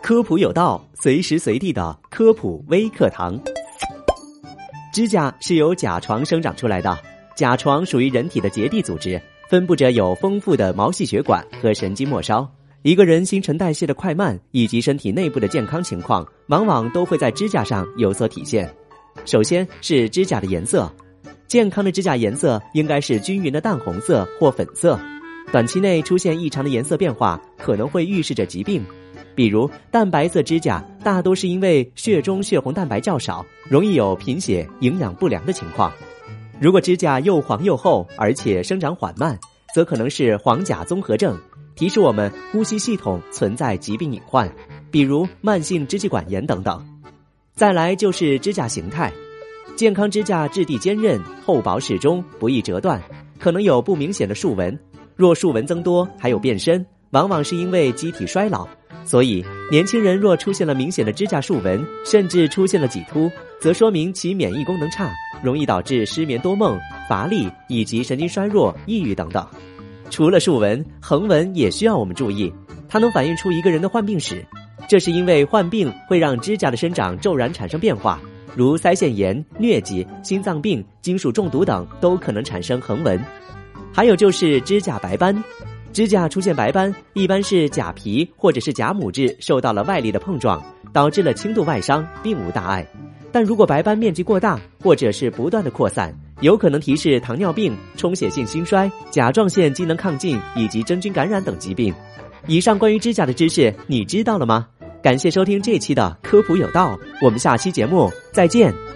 科普有道，随时随地的科普微课堂。指甲是由甲床生长出来的，甲床属于人体的结缔组织，分布着有丰富的毛细血管和神经末梢。一个人新陈代谢的快慢以及身体内部的健康情况，往往都会在指甲上有所体现。首先是指甲的颜色，健康的指甲颜色应该是均匀的淡红色或粉色，短期内出现异常的颜色变化，可能会预示着疾病。比如淡白色指甲大多是因为血中血红蛋白较少，容易有贫血、营养不良的情况。如果指甲又黄又厚，而且生长缓慢，则可能是黄甲综合症，提示我们呼吸系统存在疾病隐患，比如慢性支气管炎等等。再来就是指甲形态，健康指甲质地坚韧、厚薄适中，不易折断，可能有不明显的竖纹。若竖纹增多还有变深，往往是因为机体衰老。所以年轻人若出现了明显的指甲竖纹，甚至出现了棘突，则说明其免疫功能差，容易导致失眠多梦、乏力以及神经衰弱、抑郁等等。除了竖纹，横纹也需要我们注意，它能反映出一个人的患病史。这是因为患病会让指甲的生长骤然产生变化，如腮腺炎、疟疾、心脏病、金属中毒等都可能产生横纹。还有就是指甲白斑，指甲出现白斑，一般是甲皮或者是甲母质受到了外力的碰撞，导致了轻度外伤，并无大碍。但如果白斑面积过大，或者是不断的扩散，有可能提示糖尿病、充血性心衰、甲状腺机能亢进以及真菌感染等疾病。以上关于指甲的知识你知道了吗？感谢收听这期的科普有道，我们下期节目再见。